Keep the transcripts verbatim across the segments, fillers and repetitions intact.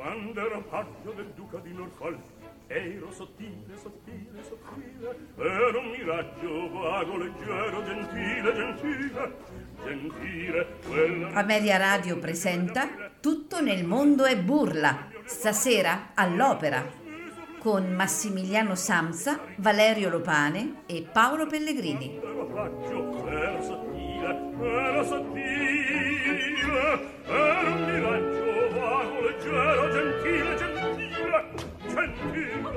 quando ero paggio del duca di Norfolk, ero sottile, sottile, sottile, ero un miraggio vago, leggero, gentile, gentile, gentile. Quella... Amelia Radio presenta Tutto nel mondo è burla, stasera all'Opera, con Massimiliano Samsa, Valerio Lopane e Paolo Pellegrini. Ero paggio, ero sottile, ero sottile, ero un miraggio vago, leggero, gentile, gentile, gentile.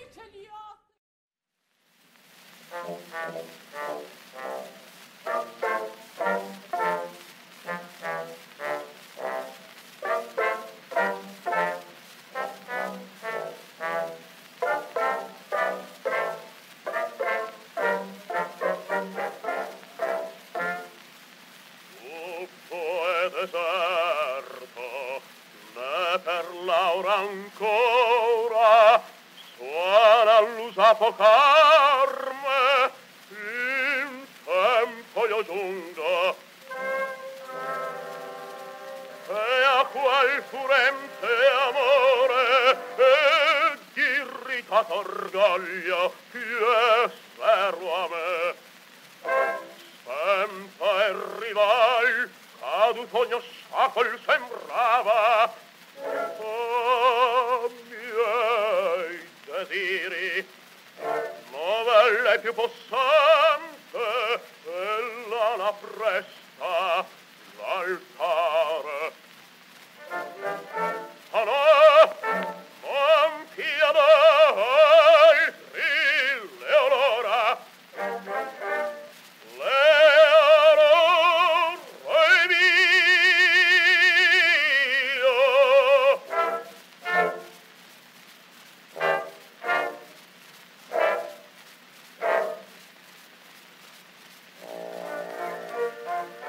Ancora suona l'usato carme, in tempo io giungo e a quel furente amore ed irritato orgoglio che servo a me senza il rival caduto ogni ostacol sembrava. Oh, miei desiri, novelle più possente, ella la presta l'altare. Ah no, non chiedo altri, Leonora, Leonora è mio.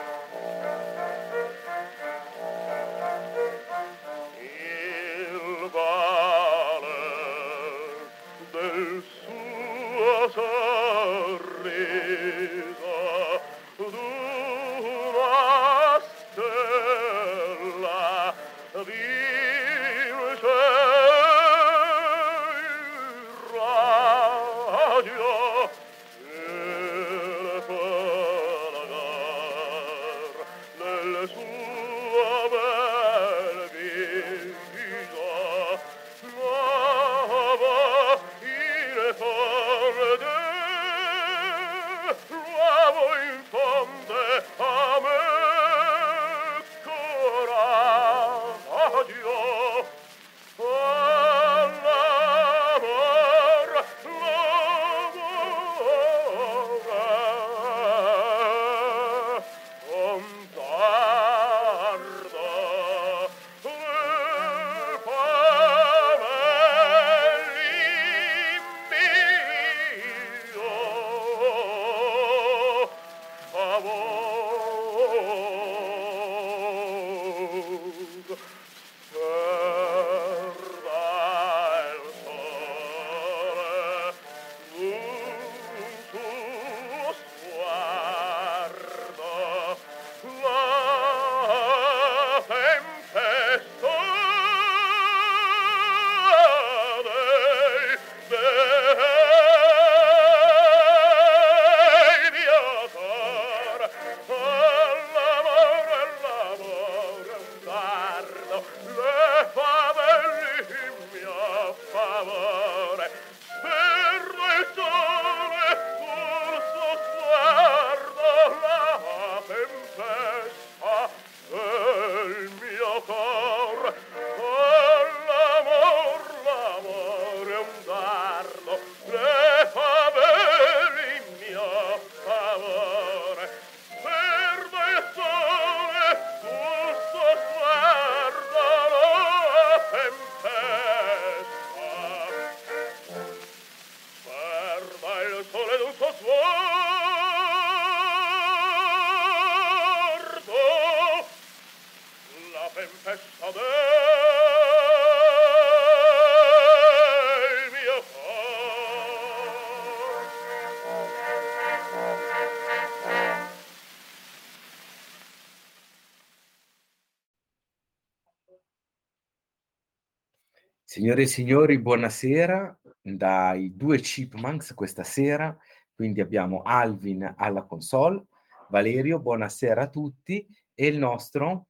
Signore e signori, buonasera dai due Chipmunks questa sera. Quindi abbiamo Alvin alla console, Valerio, buonasera a tutti, e il nostro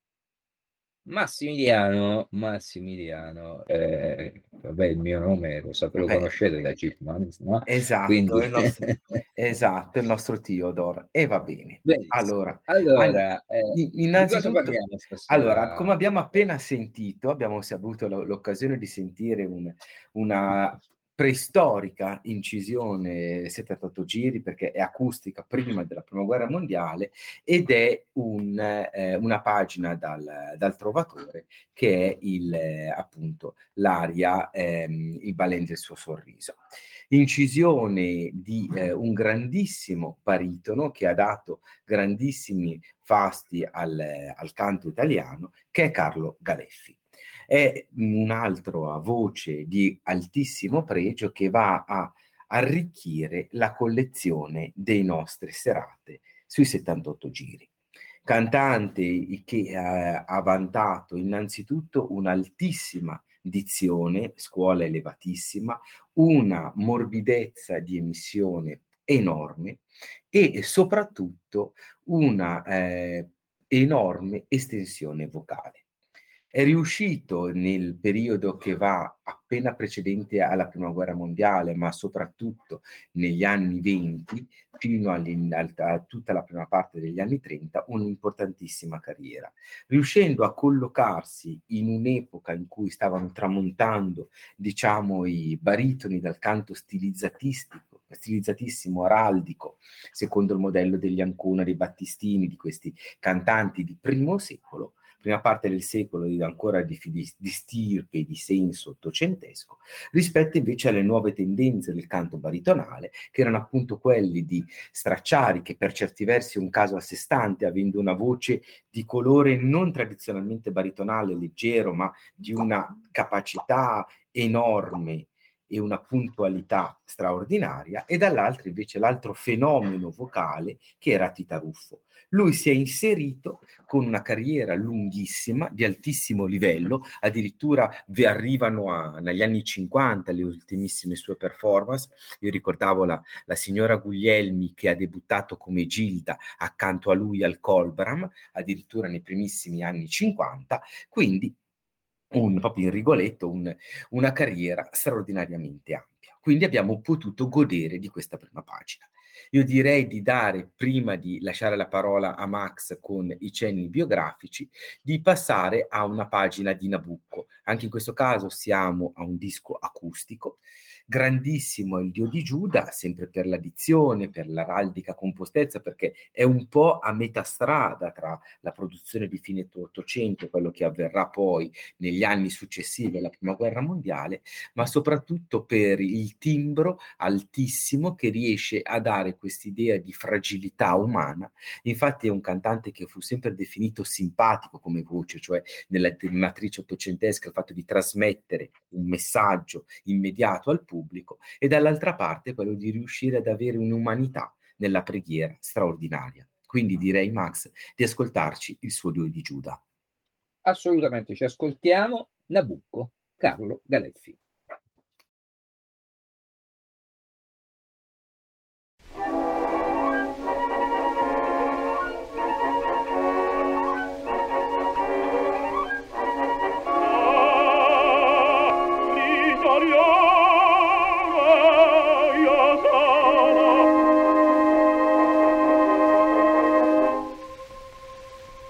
Massimiliano, Massimiliano, eh, vabbè, il mio nome lo sapete, lo Beh, conoscete da Chipmunks, no? esatto, Quindi... il nostro, esatto, il nostro Theodore, e va bene. Benissimo. Allora, Allora, eh, in- di cosa innanzitutto, parliamo stasera? allora, come abbiamo appena sentito, abbiamo avuto lo- l'occasione di sentire un- una preistorica incisione settantotto giri, perché è acustica prima della prima guerra mondiale, ed è un, eh, una pagina dal, dal Trovatore, che è il, eh, appunto l'aria ehm, Il Balen del suo sorriso. Incisione di eh, un grandissimo baritono che ha dato grandissimi fasti al, al canto italiano, che è Carlo Galeffi. È un'altra voce di altissimo pregio che va a arricchire la collezione dei nostre serate sui settantotto giri. Cantante che eh, ha vantato innanzitutto un'altissima dizione, scuola elevatissima, una morbidezza di emissione enorme e soprattutto una eh, enorme estensione vocale. È riuscito nel periodo che va appena precedente alla Prima Guerra Mondiale, ma soprattutto negli anni venti, fino a tutta la prima parte degli anni trenta, un'importantissima carriera, riuscendo a collocarsi in un'epoca in cui stavano tramontando, diciamo, i baritoni dal canto stilizzatistico, stilizzatissimo, araldico, secondo il modello degli Ancona, dei Battistini, di questi cantanti di primo secolo, prima parte del secolo ancora di, di, di stirpe e di senso ottocentesco, rispetto invece alle nuove tendenze del canto baritonale, che erano appunto quelli di Stracciari, che per certi versi è un caso a sé stante, avendo una voce di colore non tradizionalmente baritonale, leggero, ma di una capacità enorme e una puntualità straordinaria, e dall'altro invece l'altro fenomeno vocale che era Tita Ruffo. Lui si è inserito con una carriera lunghissima, di altissimo livello, addirittura vi arrivano a, negli anni cinquanta le ultimissime sue performance. Io ricordavo la, la signora Guglielmi, che ha debuttato come Gilda accanto a lui al Colbram, addirittura nei primissimi anni cinquanta, quindi un, proprio in Rigoletto, un, una carriera straordinariamente ampia. Quindi abbiamo potuto godere di questa prima pagina. Io direi di dare, prima di lasciare la parola a Max con i cenni biografici, di passare a una pagina di Nabucco. Anche in questo caso siamo a un disco acustico. Grandissimo è il Dio di Giuda, sempre per la dizione, per l'araldica compostezza, perché è un po' a metà strada tra la produzione di fine Ottocento e quello che avverrà poi negli anni successivi alla Prima Guerra Mondiale, ma soprattutto per il timbro altissimo che riesce a dare quest'idea di fragilità umana. Infatti è un cantante che fu sempre definito simpatico come voce, cioè nella matrice ottocentesca il fatto di trasmettere un messaggio immediato al pubblico, e dall'altra parte quello di riuscire ad avere un'umanità nella preghiera straordinaria. Quindi direi, Max, di ascoltarci il suo Dio di Giuda. Assolutamente, ci ascoltiamo Nabucco, Carlo Galeffi.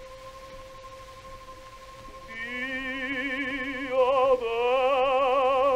Dio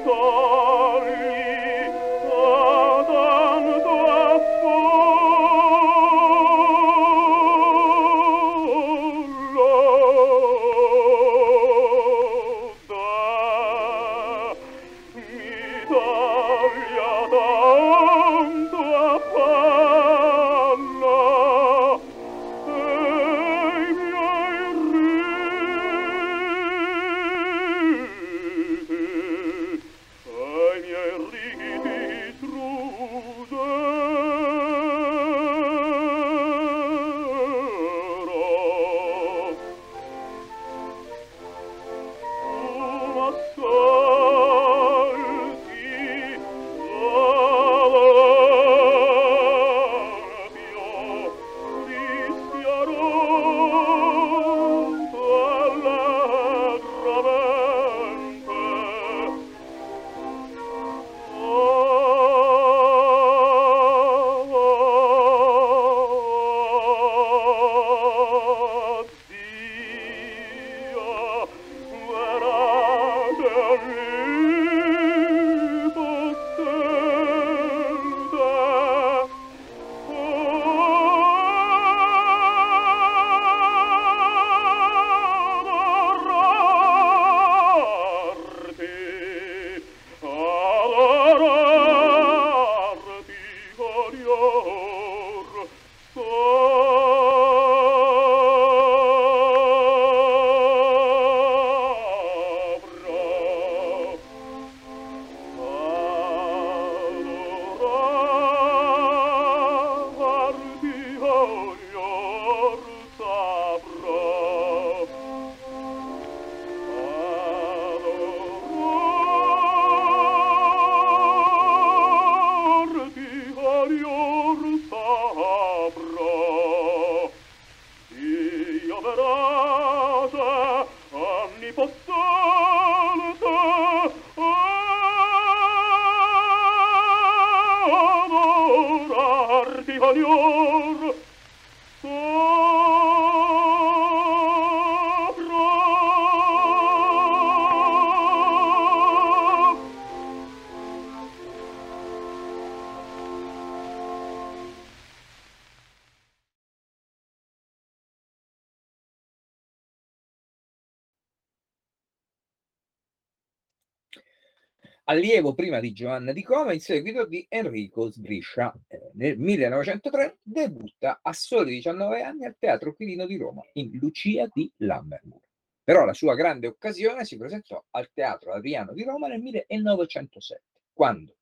Allievo prima di Giovanna di Coma, in seguito di Enrico Sbriscia. Eh, nel millenovecentotre debutta a soli diciannove anni al Teatro Quirino di Roma in Lucia di Lammermoor. Però la sua grande occasione si presentò al Teatro Adriano di Roma nel millenovecentosette, quando,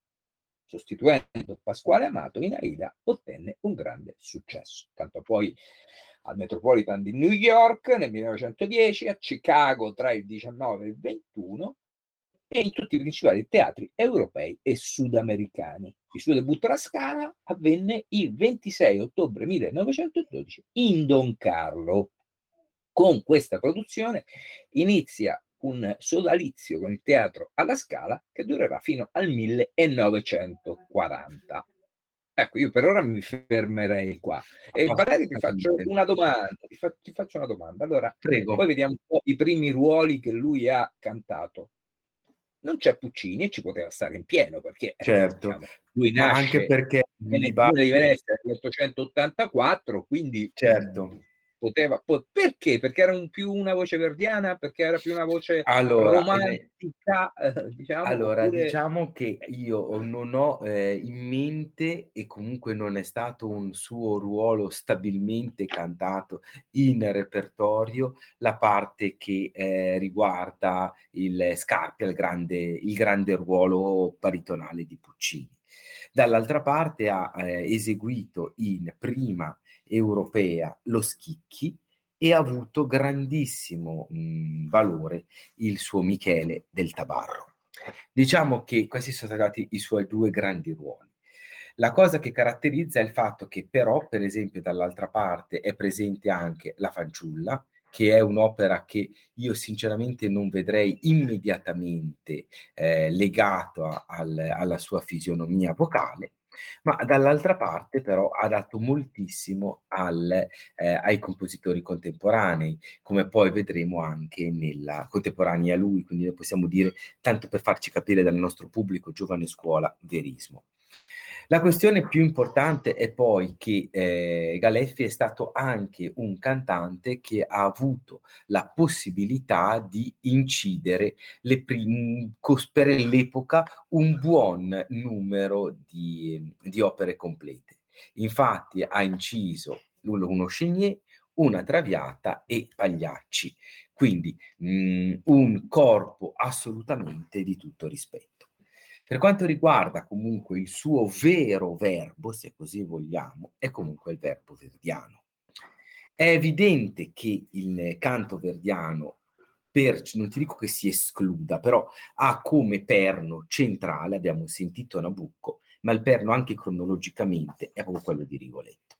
sostituendo Pasquale Amato in Aida, ottenne un grande successo. Tanto poi al Metropolitan di New York nel millenovecentodieci, a Chicago tra il diciannove e il ventuno, e in tutti i principali teatri europei e sudamericani. Il suo debutto alla Scala avvenne il ventisei ottobre millenovecentododici in Don Carlo. Con questa produzione inizia un sodalizio con il teatro alla Scala che durerà fino al millenovecentoquaranta. Ecco, io per ora mi fermerei qua. E magari ti faccio una domanda. Ti, fa, ti faccio una domanda. Allora, prego. Poi vediamo un po' i primi ruoli che lui ha cantato. Non c'è Puccini e ci poteva stare in pieno, perché certo, diciamo, lui nasce ma anche perché nel Comune di Venezia nell'ottocentottantaquattro, quindi certo. poteva, po- perché? Perché era un più una voce verdiana, perché era più una voce allora, romantica, eh, diciamo. Allora, oppure... diciamo che io non ho eh, in mente, e comunque non è stato un suo ruolo stabilmente cantato in repertorio, la parte che eh, riguarda il Scarpia, il grande, il grande ruolo baritonale di Puccini. Dall'altra parte ha eh, eseguito in prima europea lo Schicchi e ha avuto grandissimo mh, valore il suo Michele del Tabarro. Diciamo che questi sono stati i suoi due grandi ruoli. La cosa che caratterizza è il fatto che però, per esempio, dall'altra parte è presente anche La fanciulla, che è un'opera che io sinceramente non vedrei immediatamente eh, legato al, alla sua fisionomia vocale, Ma dall'altra parte però ha dato moltissimo al, eh, ai compositori contemporanei, come poi vedremo anche nella contemporanea a lui, quindi lo possiamo dire, tanto per farci capire dal nostro pubblico giovane scuola, verismo. La questione più importante è poi che eh, Galeffi è stato anche un cantante che ha avuto la possibilità di incidere le prim- per l'epoca un buon numero di, di opere complete. Infatti ha inciso uno Chenier, una Traviata e Pagliacci, quindi mh, un corpo assolutamente di tutto rispetto. Per quanto riguarda comunque il suo vero verbo, se così vogliamo, è comunque il verbo verdiano. È evidente che il canto verdiano, per, non ti dico che si escluda, però ha come perno centrale, abbiamo sentito Nabucco, ma il perno anche cronologicamente è proprio quello di Rigoletto.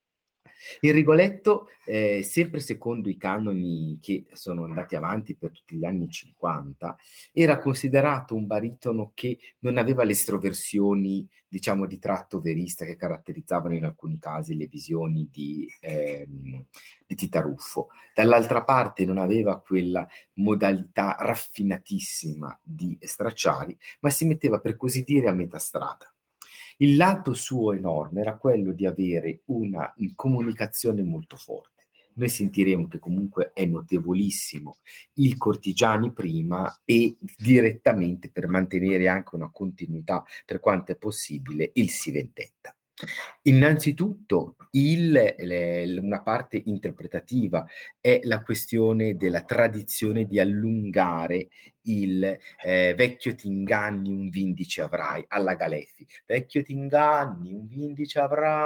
Il Rigoletto, eh, sempre secondo i canoni che sono andati avanti per tutti gli anni cinquanta, era considerato un baritono che non aveva le estroversioni, diciamo, di tratto verista che caratterizzavano in alcuni casi le visioni di, ehm, di Titaruffo. Dall'altra parte non aveva quella modalità raffinatissima di Stracciari, ma si metteva, per così dire, a metà strada. Il lato suo enorme era quello di avere una comunicazione molto forte. Noi sentiremo che comunque è notevolissimo il Cortigiani prima e direttamente, per mantenere anche una continuità per quanto è possibile, il Si Vendetta. Innanzitutto il, le, una parte interpretativa è la questione della tradizione di allungare il eh, vecchio t'inganni un vindice avrai alla Galeffi, vecchio t'inganni un vindice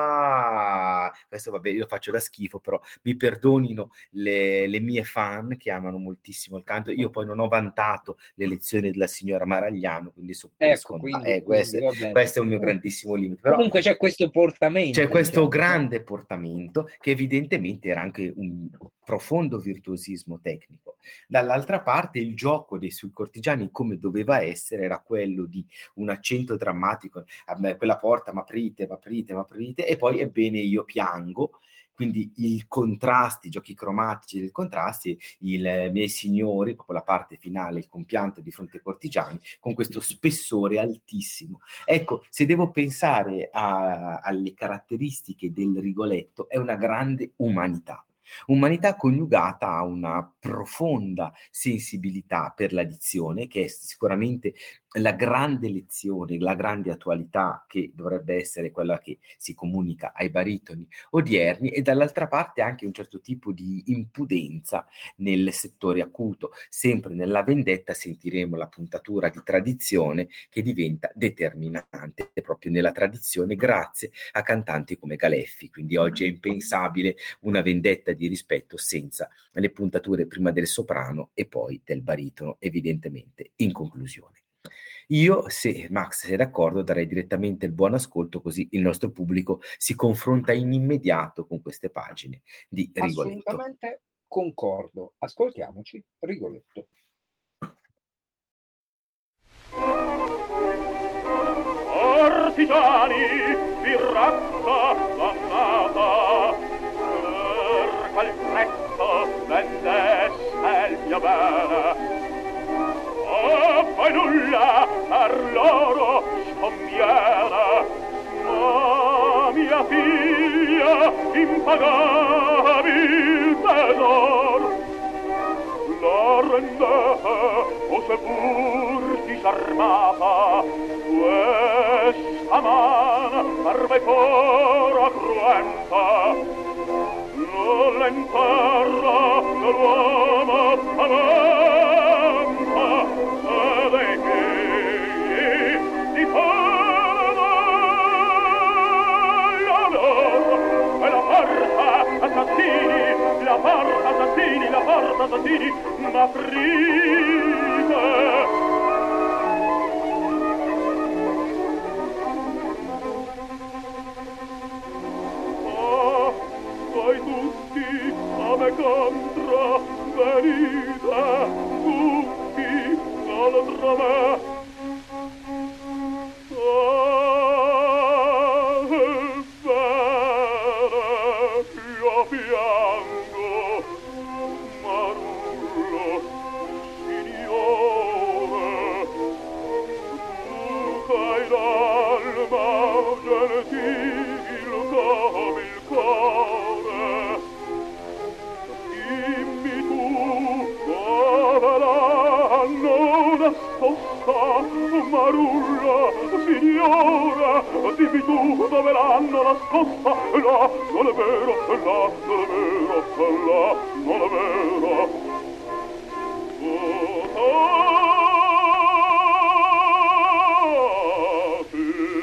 avrai, questo vabbè io faccio da schifo, però mi perdonino le, le mie fan che amano moltissimo il canto. Io poi non ho vantato le lezioni della signora Maragliano, quindi so ecco, quindi, eh, questo, quindi, questo è un mio grandissimo limite, però comunque c'è questo portamento, c'è questo diciamo, grande portamento che evidentemente era anche un profondo virtuosismo tecnico. Dall'altra parte il gioco dei sui cortigiani, come doveva essere, era quello di un accento drammatico, a me quella porta ma aprite, ma aprite, ma aprite, e poi ebbene io piango. Quindi i contrasti, i giochi cromatici dei contrasti, i miei signori, proprio la parte finale, il compianto di fronte ai cortigiani, con questo spessore altissimo. Ecco, se devo pensare a, alle caratteristiche del Rigoletto, è una grande umanità. Umanità coniugata a una profonda sensibilità per la dizione, che è sicuramente la grande lezione, la grande attualità che dovrebbe essere quella che si comunica ai baritoni odierni, e dall'altra parte anche un certo tipo di impudenza nel settore acuto. Sempre nella Vendetta sentiremo la puntatura di tradizione che diventa determinante proprio nella tradizione grazie a cantanti come Galeffi, quindi oggi è impensabile una vendetta di rispetto senza le puntature prima del soprano e poi del baritono, evidentemente in conclusione. Io, se Max sei d'accordo, darei direttamente il buon ascolto, così il nostro pubblico si confronta in immediato con queste pagine di Rigoletto. Assolutamente concordo. Ascoltiamoci Rigoletto. Artigiani, pirrazza dannata, cerca il prezzo, vendesse il mio bene. Oh, fai nulla, per loro sconviene, ma mia figlia impagabil tesor la rendete, o seppur disarmata, questa man parve fora cruenta, non l'enterra dell'uomo paventa, ed egli di fama l'onor, e la porta assassini, la porta assassini, la porta assassini, m'aprite. Ah, voi tutti a me contra venite, tutti alla trama Marulla, signora, dimmi tu dove l'hanno nascosta. Là, non è vero, là, non è vero, là, non è vero. Oh, ah, sì,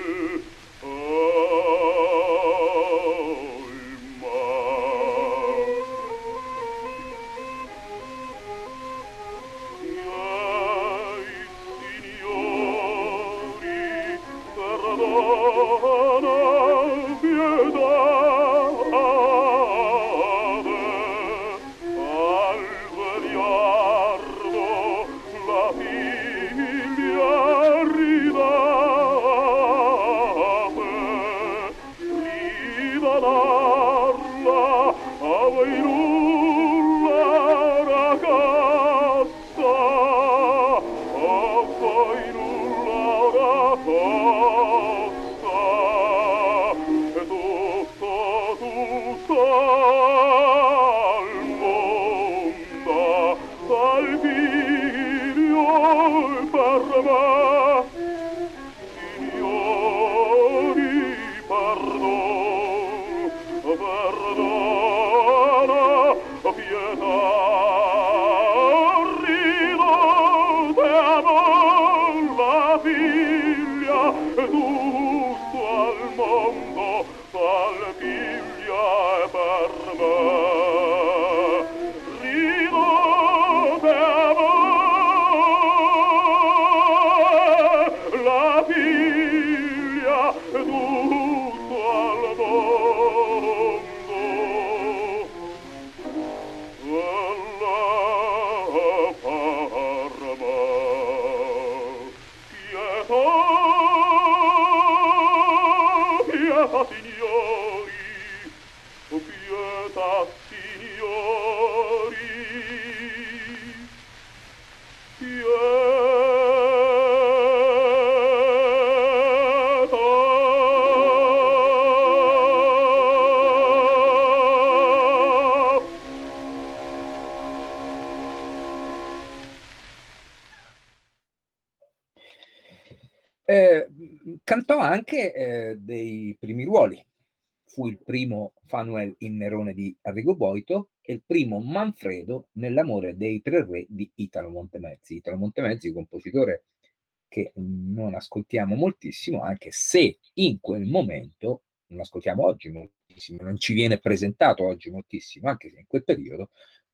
Eh, cantò anche eh, dei primi ruoli. Fu il primo Fanuel in Nerone di Arrigo Boito e il primo Manfredo nell'Amore dei tre re di Italo Montemezzi. Italo Montemezzi, compositore che non ascoltiamo moltissimo, anche se in quel momento, non ascoltiamo oggi moltissimo, non ci viene presentato oggi moltissimo, anche se in quel periodo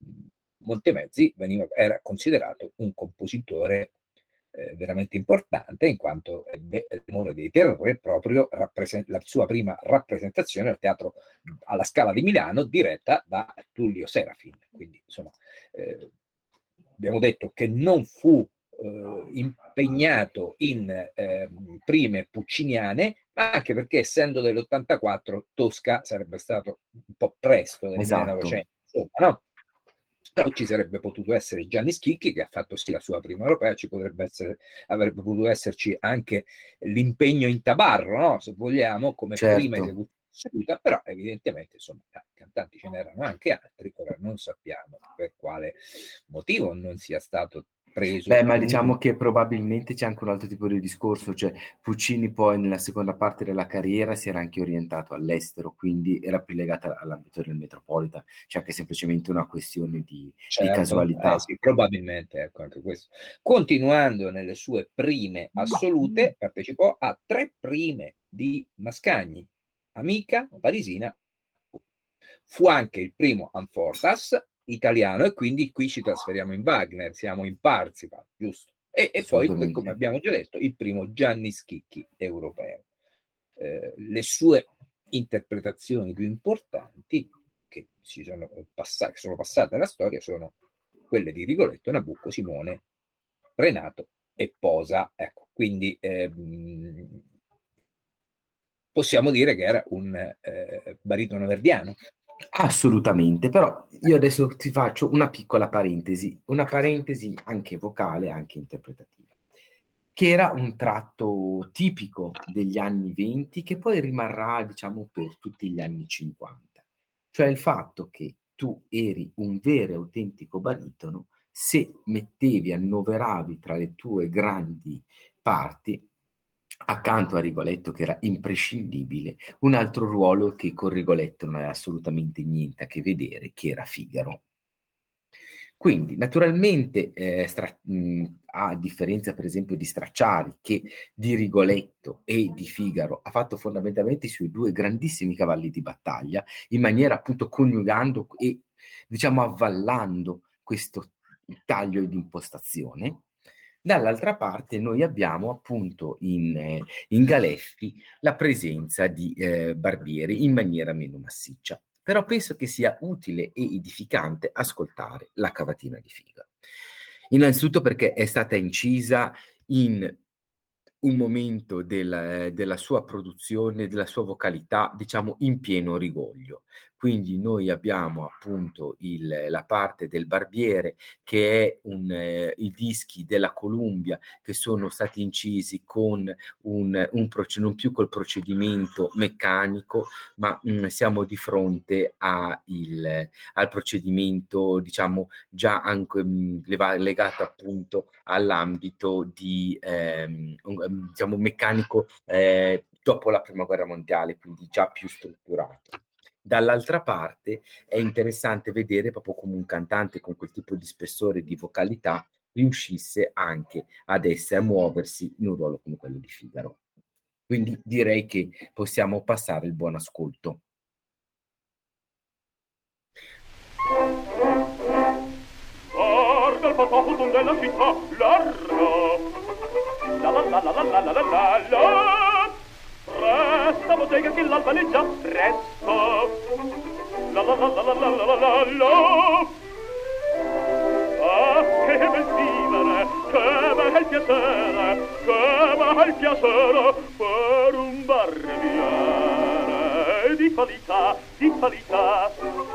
Montemezzi veniva, era considerato un compositore Eh, veramente importante, in quanto l'Amore dei tre re proprio rappresent- la sua prima rappresentazione al teatro alla Scala di Milano, diretta da Tullio Serafin. Quindi insomma eh, abbiamo detto che non fu eh, impegnato in eh, prime pucciniane, ma anche perché essendo dell'ottantaquattro Tosca sarebbe stato un po' presto del Esatto. millenovecento, insomma, no? Però ci sarebbe potuto essere Gianni Schicchi, che ha fatto sì la sua prima europea, ci potrebbe essere, avrebbe potuto esserci anche l'impegno in tabarro, no? Se vogliamo, come Certo. prima esecuzione assoluta, però evidentemente insomma cantanti ce n'erano anche altri, ora non sappiamo per quale motivo non sia stato preso. Beh, ma diciamo che probabilmente c'è anche un altro tipo di discorso, cioè Puccini poi nella seconda parte della carriera si era anche orientato all'estero, quindi era più legata all'ambito del Metropolitan, c'è anche semplicemente una questione di, certo, di casualità. Eh sì, probabilmente, ecco anche questo. Continuando nelle sue prime assolute, partecipò a tre prime di Mascagni, Amica, Parisina. Fu anche il primo Amfortas italiano, e quindi qui ci trasferiamo in Wagner, siamo in Parsifal, giusto? E, e poi, come abbiamo già detto, il primo Gianni Schicchi europeo. Eh, le sue interpretazioni più importanti che ci sono passate, che sono passate alla storia sono quelle di Rigoletto, Nabucco, Simone, Renato e Posa. Ecco, quindi ehm, possiamo dire che era un eh, baritono verdiano. Assolutamente, però io adesso ti faccio una piccola parentesi, una parentesi anche vocale, anche interpretativa. che era un tratto tipico degli anni venti che poi rimarrà, diciamo, per tutti gli anni cinquanta. Cioè il fatto che tu eri un vero e autentico baritono se mettevi, annoveravi tra le tue grandi parti, accanto a Rigoletto, che era imprescindibile, un altro ruolo che con Rigoletto non aveva assolutamente niente a che vedere, che era Figaro. Quindi, naturalmente, eh, stra- mh, a differenza per esempio di Stracciari, che di Rigoletto e di Figaro ha fatto fondamentalmente i suoi due grandissimi cavalli di battaglia, in maniera appunto coniugando e diciamo avvallando questo taglio di impostazione. Dall'altra parte noi abbiamo appunto in, eh, in Galeffi la presenza di eh, Barbieri in maniera meno massiccia. Però penso che sia utile e edificante ascoltare la cavatina di Figaro. Innanzitutto perché è stata incisa in un momento del, della sua produzione, della sua vocalità, diciamo in pieno rigoglio. Quindi noi abbiamo appunto il, la parte del Barbiere, che è un, eh, i dischi della Columbia che sono stati incisi con un, un proce- non più col procedimento meccanico, ma mh, siamo di fronte a il, al procedimento, diciamo, già anche mh, legato appunto all'ambito di ehm, un, diciamo meccanico eh, dopo la prima guerra mondiale, quindi già più strutturato. Dall'altra parte è interessante vedere proprio come un cantante con quel tipo di spessore di vocalità riuscisse anche ad essere, a muoversi in un ruolo come quello di Figaro. Quindi direi che possiamo passare il buon ascolto. Guarda il patofoton della città larga, la la la la la la la la la la, resta bottega che l'alba è già presto, la la la la la la la la la la. Ah, che bel vivere, che bel piacere, che bel piacere per un barbiere di qualità, di qualità.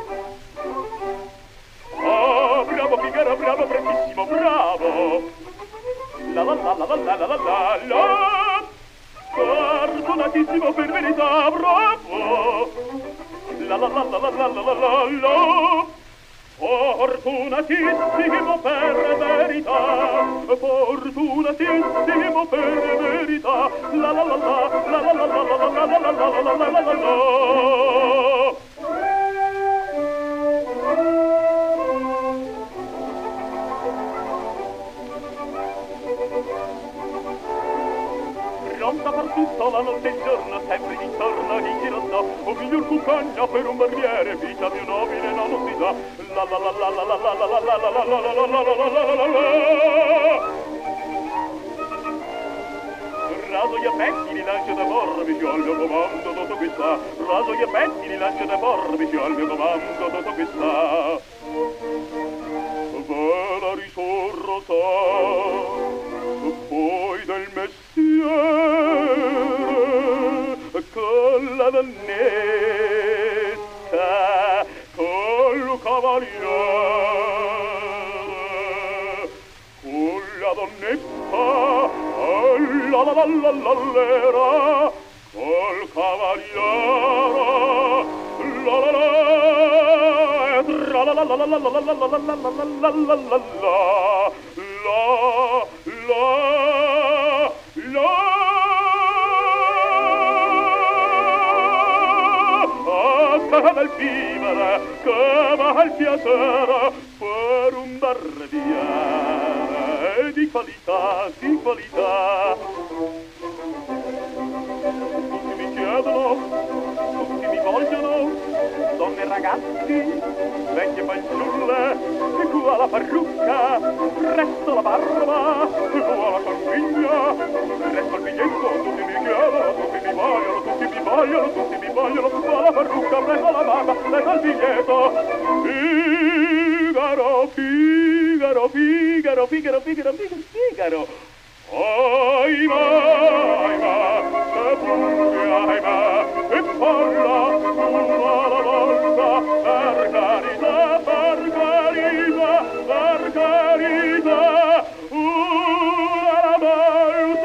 Oh, bravo Figaro, bravo, bravissimo, bravo. La la la la la la la la la la. Fortunatissimo per verità, bravo. La la la la la la la la la la. Fortunatissimo per verità, fortunatissimo per verità. La la la la la la la la la la la la la la la la. Ronda per tutto la notte e il giorno, sempre intorno di chi lo so, o miglior compagna per un barbiere, vita più nobile non lo si dà. La la la la la la la la la la la la la la la la la la la. Raso gli pettini, lancio da forbici al mio comando, tutto qui sta. Raso gli pettini, lancio da forbici al mio comando, tutto qui sta. Bella risorrosa, poi del mestiere, con la donnetta, col cavaliere, con la donnetta, la la la la la l'era, col cavaliere, la la la, tra la la la la la la la la la la la la la la la la. Ah, che bel vivere, che bel piacere per un barbiere di qualità, di qualità. Tutti mi chiedono, tutti mi vogliono, donne e ragazzi, vecchie fanciulle, qua la parrucca, presto la barba, qua la conchiglia, resto il biglietto, tutti mi chiedono, tutti mi vogliono, tutti mi vogliono, tutti mi vogliono, qua la parrucca, presto la barba, resto il biglietto. Figaro, Figaro, Figaro, Figaro, Figaro, Figaro, Figaro. Ahimè, ahimè, se pure ahimè, e parla una alla volta, per carità, per carità, per carità, una alla volta.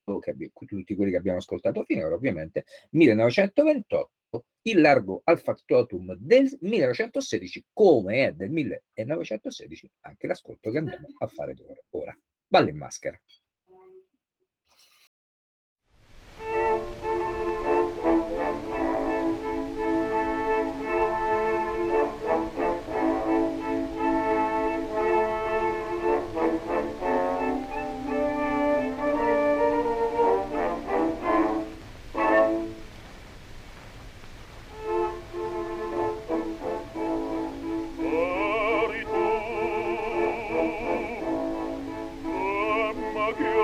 che abbi- tutti quelli che abbiamo ascoltato finora, ovviamente, millenovecentoventotto, il largo al factotum del millenovecentosedici, come è del millenovecentosedici anche l'ascolto che andiamo a fare ora. Ballo in maschera. Ori tu, mamma che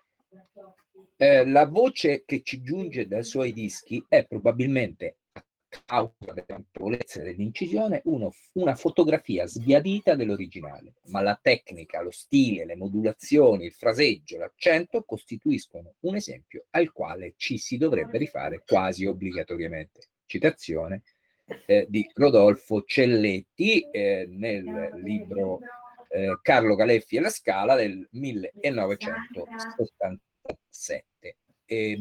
Eh, la voce che ci giunge dai suoi dischi è probabilmente causa della notevolezza dell'incisione, uno, una fotografia sbiadita dell'originale, ma la tecnica, lo stile, le modulazioni, il fraseggio, l'accento costituiscono un esempio al quale ci si dovrebbe rifare quasi obbligatoriamente. Citazione eh, di Rodolfo Celletti eh, nel libro eh, Carlo Galeffi e la Scala del millenovecentosettantasette. E,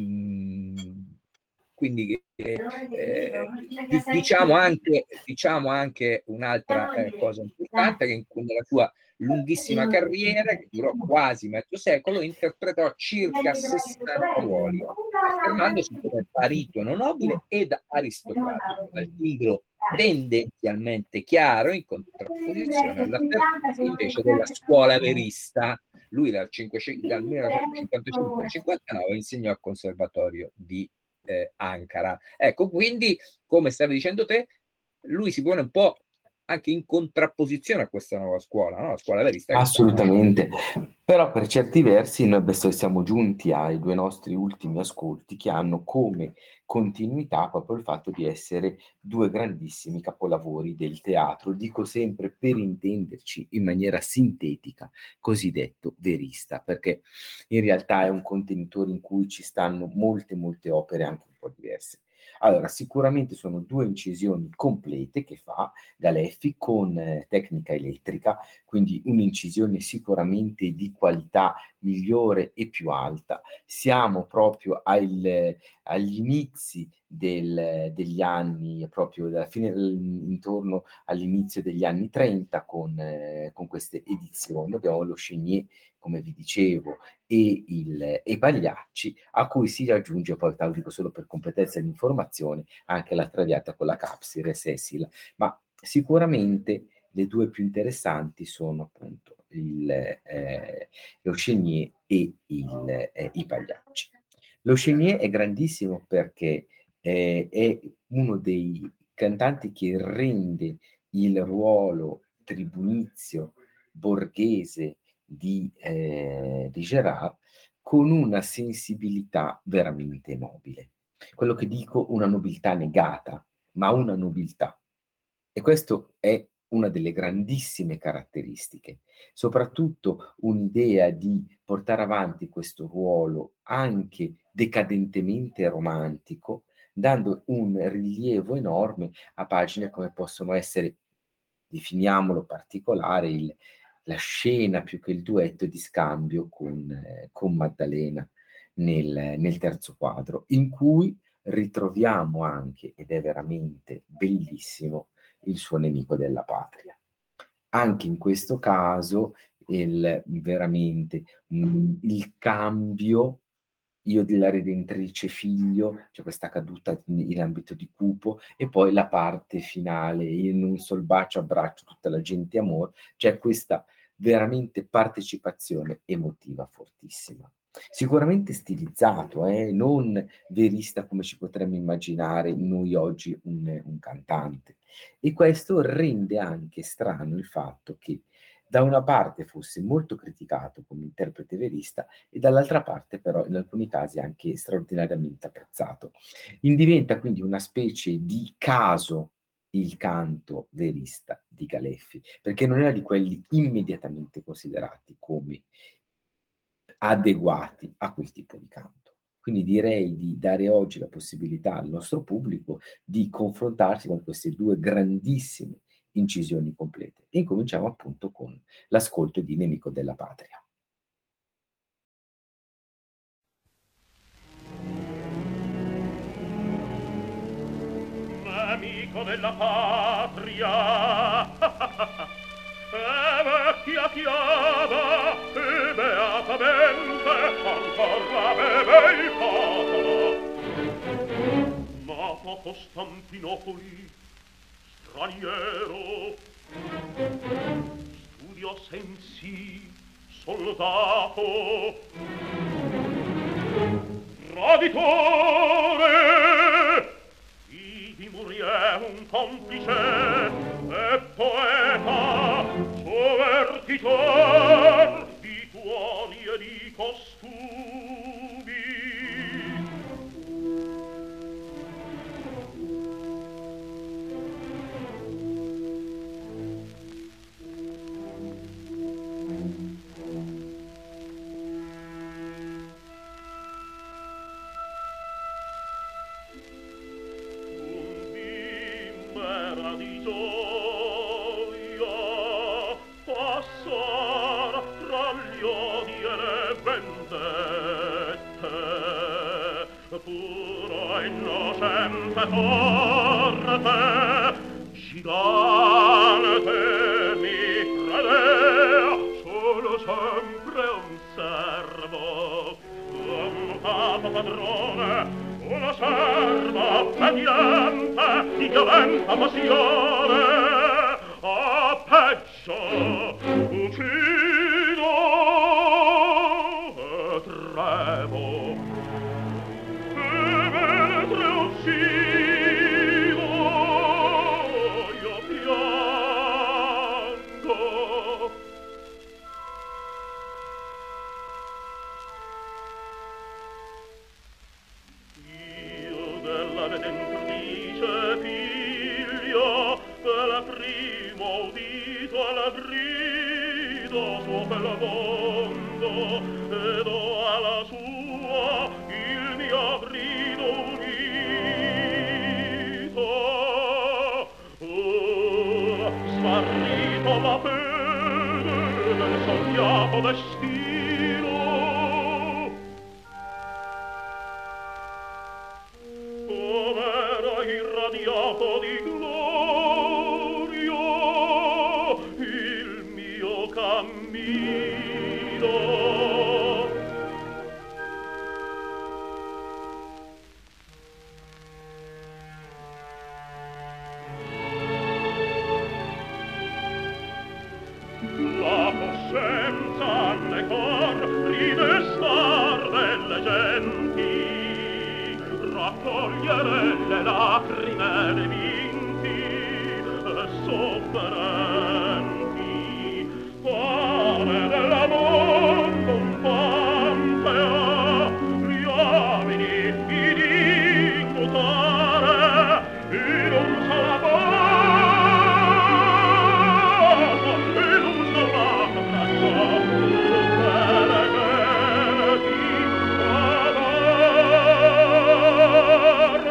mh, quindi eh, eh, diciamo, anche, diciamo anche un'altra eh, cosa importante, che in, nella sua lunghissima carriera, che durò quasi mezzo secolo, interpretò circa sessanta ruoli, affermandosi come baritono nobile ed aristocratico, dal timbro tendenzialmente chiaro, in contrapposizione all'affermarsi invece della scuola verista. Lui dal, dal millenovecentocinquantacinque al cinquantanove insegnò al Conservatorio di eh, Ankara. Ecco, quindi, come stavi dicendo te, lui si pone un po' anche in contrapposizione a questa nuova scuola, no? La scuola verista. Assolutamente, però per certi versi noi adesso siamo giunti ai due nostri ultimi ascolti che hanno come continuità proprio il fatto di essere due grandissimi capolavori del teatro, dico sempre per intenderci in maniera sintetica, cosiddetto verista, perché in realtà è un contenitore in cui ci stanno molte molte opere anche un po' diverse. Allora, sicuramente sono due incisioni complete che fa Galeffi con eh, tecnica elettrica, quindi un'incisione sicuramente di qualità migliore e più alta. Siamo proprio al, agli inizi del, degli anni, proprio dalla fine, intorno all'inizio degli anni trenta con, eh, con queste edizioni. Abbiamo lo Chenier, come vi dicevo, e, il, e Pagliacci, a cui si aggiunge poi, lo dico solo per completezza di informazione, anche la Traviata con la Capsire Sessila, ma sicuramente le due più interessanti sono appunto il, eh, lo Chenier e il, eh, i Pagliacci. Lo Chenier è grandissimo perché eh, è uno dei cantanti che rende il ruolo tribunizio borghese di, eh, di Gérard con una sensibilità veramente nobile. Quello che dico, una nobiltà negata, ma una nobiltà. E questo è una delle grandissime caratteristiche, soprattutto un'idea di portare avanti questo ruolo anche decadentemente romantico, dando un rilievo enorme a pagine come possono essere, definiamolo particolare, il la scena più che il duetto di scambio con, eh, con Maddalena nel, nel terzo quadro, in cui ritroviamo anche, ed è veramente bellissimo, il suo nemico della patria. Anche in questo caso, il, veramente mh, il cambio, io della Redentrice figlio, c'è questa caduta in, in ambito di Cupo, e poi la parte finale, in un sol bacio abbraccio tutta la gente amor, c'è questa veramente partecipazione emotiva fortissima. Sicuramente stilizzato, eh? Non verista come ci potremmo immaginare noi oggi un, un cantante. E questo rende anche strano il fatto che da una parte fosse molto criticato come interprete verista e dall'altra parte però in alcuni casi anche straordinariamente apprezzato. Diventa quindi una specie di caso il canto verista di Galeffi, perché non era di quelli immediatamente considerati come adeguati a quel tipo di canto. Quindi direi di dare oggi la possibilità al nostro pubblico di confrontarsi con queste due grandissime incisioni complete. E incominciamo appunto con l'ascolto di Nemico della Patria. Nemico della patria, e vecchia chiama, e beatamente ancora beve il popolo. Nato a Costantinopoli, straniero, studio sensi, soldato, traditore, ivi murie un complice e poeta, sovvertitor di tuoni e di costumi. era di gioia passar tra gli odi e le vendette, puro innocente forte gigante mi credea solo sempre un servo, un capo padrone, una serva obbediente di violenta passione, a peggio uccido e tremo, e mentre uccido io piango. Della redentrice figlio, per primo udito al grido suo pel mondo, e do alla sua il mio grido unito. Ora smarrito la fede del sognato destino, com'era irradiato di gloria il mio cammino. La coscienza ne cor ridestar delle genti, raccogliere le lacrime dei vinti e sofferenti, fare della mondo un pantea, gli uomini i di mutare in un sola bacio, in un sola abbraccio, tutte le genti amar.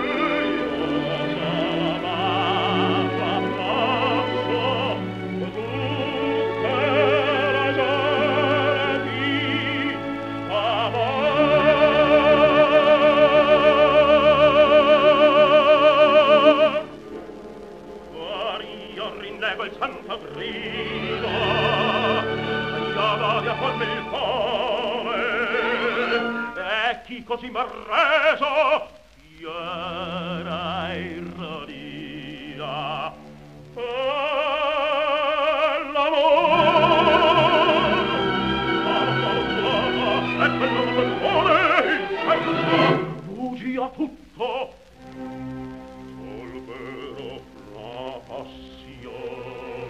Il santo grido tagliava di affolme il cuore, e chi così m'ha reso fiera e ironia e l'amor, e quello del cuore il senso fuggi a tutto sol vero la passione.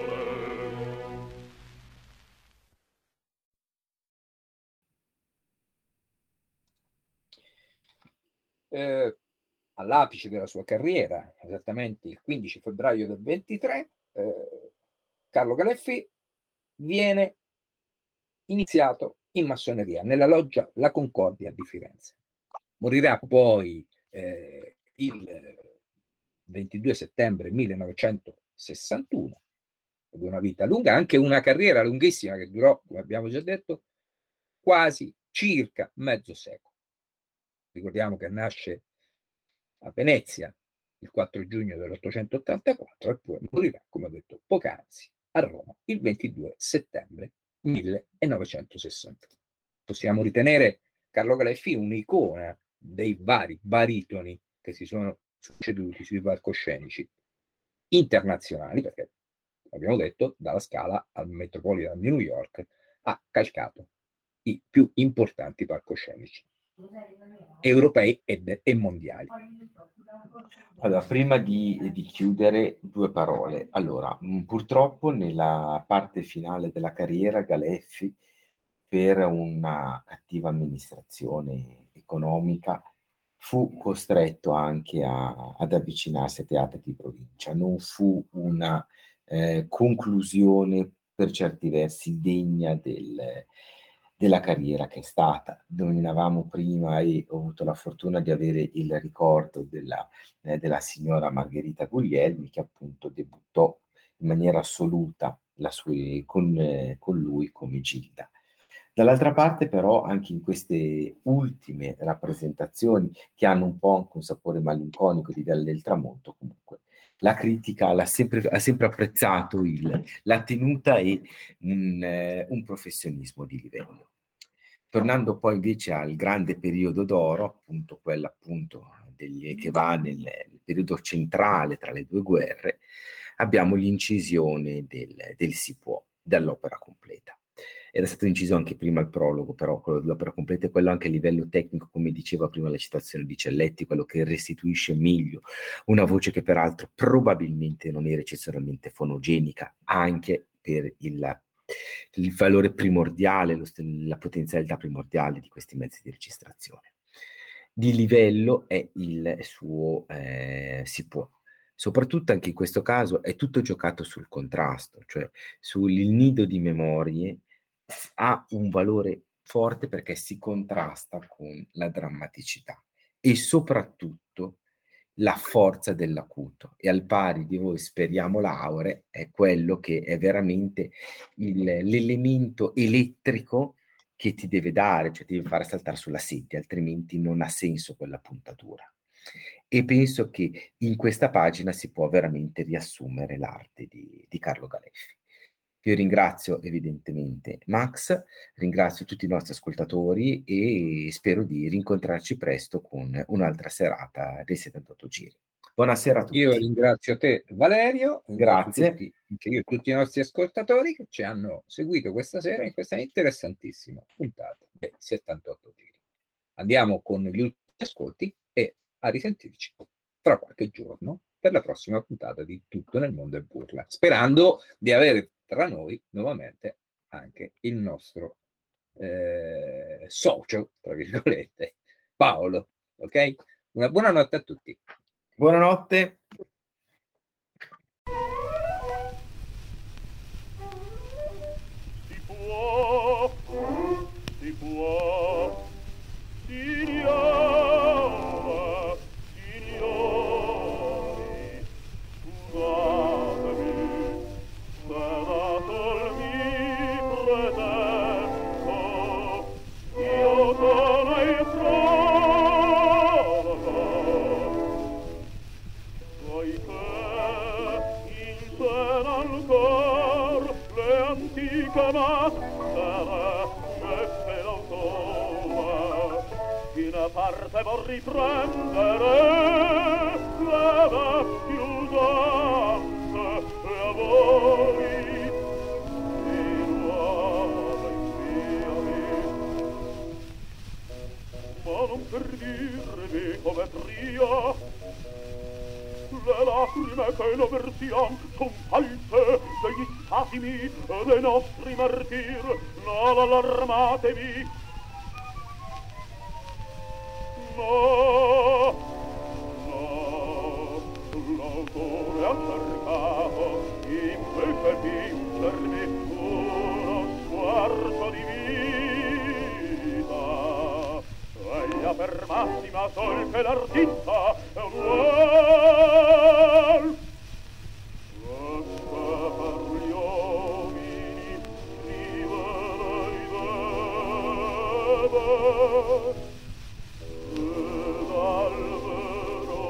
Eh, all'apice della sua carriera, esattamente il quindici febbraio del ventitré, eh, Carlo Galeffi viene iniziato in massoneria nella loggia La Concordia di Firenze. Morirà poi eh, il ventidue settembre millenovecentosessantuno, ed una vita lunga, anche una carriera lunghissima che durò, come abbiamo già detto, quasi circa mezzo secolo. Ricordiamo che nasce a Venezia il quattro giugno dell'ottocentottantaquattro e poi morirà, come ho detto poc'anzi, a Roma il ventidue settembre millenovecentosessantuno. Possiamo ritenere Carlo Galeffi un'icona dei vari baritoni che si sono succeduti sui palcoscenici internazionali, perché abbiamo detto dalla Scala al Metropolitan di New York ha calcato i più importanti palcoscenici europei ed, e mondiali. Allora, prima di, di chiudere, due parole. Allora, mh, purtroppo nella parte finale della carriera Galeffi, per una cattiva amministrazione economica, fu costretto anche a, ad avvicinarsi a teatri di provincia. Non fu una eh, conclusione per certi versi degna del, della carriera che è stata. Nominavamo prima e ho avuto la fortuna di avere il ricordo della, eh, della signora Margherita Guglielmi, che appunto debuttò in maniera assoluta la sua, con, eh, con lui come Gilda. Dall'altra parte però anche in queste ultime rappresentazioni, che hanno un po' anche un sapore malinconico di Viale del Tramonto, comunque la critica l'ha sempre, ha sempre apprezzato il, la tenuta e un, eh, un professionismo di livello. Tornando poi invece al grande periodo d'oro, appunto quello appunto degli, che va nel, nel periodo centrale tra le due guerre, abbiamo l'incisione del, del Si può, dall'opera completa. Era stato inciso anche prima il prologo, però quello dell'opera completa è quello anche a livello tecnico, come diceva prima la citazione di Celletti, quello che restituisce meglio una voce che peraltro probabilmente non era eccezionalmente fonogenica, anche per il, il valore primordiale, lo, la potenzialità primordiale di questi mezzi di registrazione. Di livello è il suo eh, Si può. Soprattutto anche in questo caso è tutto giocato sul contrasto, cioè sul nido di memorie ha un valore forte perché si contrasta con la drammaticità e soprattutto la forza dell'acuto, e al pari di Voi speriamo Laure è quello che è veramente il, l'elemento elettrico che ti deve dare, cioè ti deve fare saltare sulla sedia, altrimenti non ha senso quella puntatura. E penso che in questa pagina si può veramente riassumere l'arte di, di Carlo Galeffi. Io ringrazio evidentemente Max, ringrazio tutti i nostri ascoltatori e spero di rincontrarci presto con un'altra serata dei settantotto giri. Buonasera a tutti. Io ringrazio te Valerio, grazie. Tutti, io e tutti i nostri ascoltatori che ci hanno seguito questa sera in questa interessantissima puntata dei settantotto giri. Andiamo con gli ultimi ascolti e a risentirci tra qualche giorno per la prossima puntata di Tutto nel mondo è burla, sperando di avere tra noi nuovamente anche il nostro eh, socio, tra virgolette, Paolo. Ok? Una buona notte a tutti. Buonanotte. Si può, si può, signora, signori, scusatemi, se da sol mi pretenso, io sono il trono, poiché in seno ancor le antiche maschere messe l'automa, in parte vor riprendere le vecchie usanze e a voi di nuove inviami, ma non per dirvi come pria le lacrime che lo versiam son false degli spasimi dei nostri martir, non allarmatevi, no, no, l'autore ha cercato invece di darmi uno sguardo di vita, egli ha per massima sol che l'artista è un uomo. Questa per gli uomini scrivere i vede, ed al vero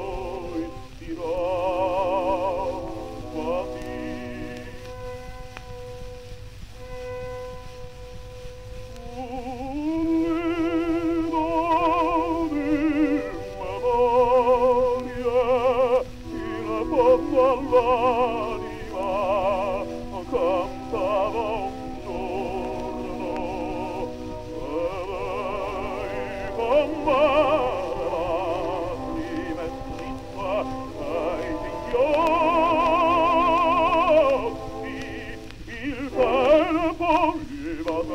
ispiravati. All'anima cantava un giorno e lei con male lacrime scritta ai singhiozzi il tempo gli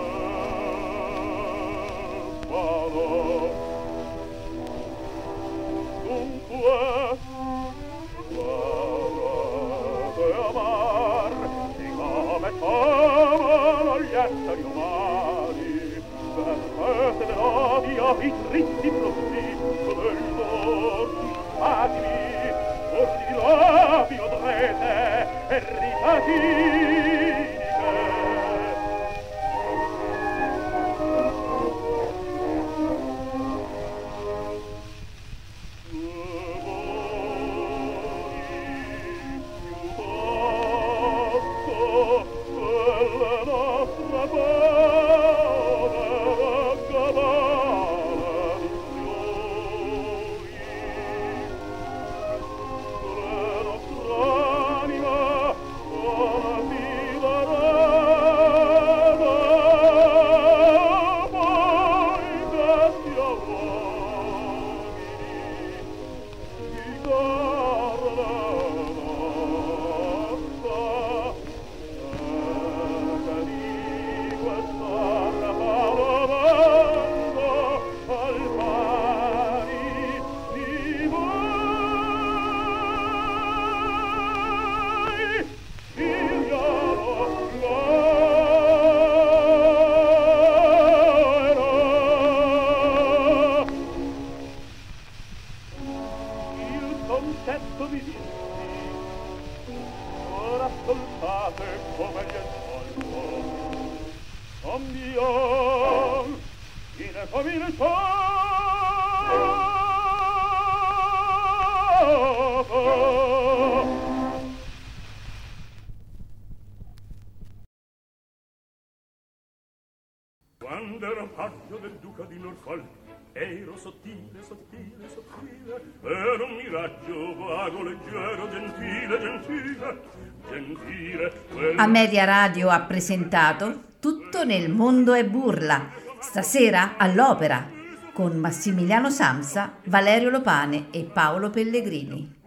battevano. Dunque amar, siccome sono gli esseri umani, concetto di dirti, ora ascoltate come gli ascolto. Oh mio, in famiglia quando ero paggio del duca di Norfolk, ero sottile, sottile, sottile, ero un miraggio vago, leggero, gentile, gentile, gentile. Quello... Amelia Radio ha presentato Tutto nel mondo è burla, stasera all'Opera, con Massimiliano Samsa, Valerio Lopane e Paolo Pellegrini.